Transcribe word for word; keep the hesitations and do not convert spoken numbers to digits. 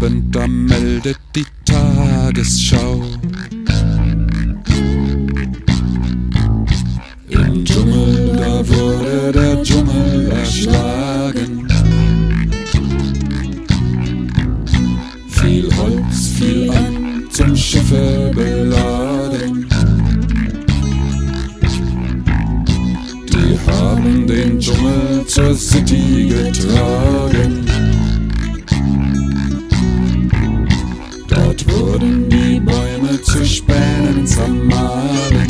Abend, da meldet die Tagesschau. Im Dschungel, da wurde der Dschungel erschlagen. Viel Holz, viel an, zum Schiffe beladen. Die haben den Dschungel zur City getragen. Dort wurden die Bäume zu Spänen zermahlen.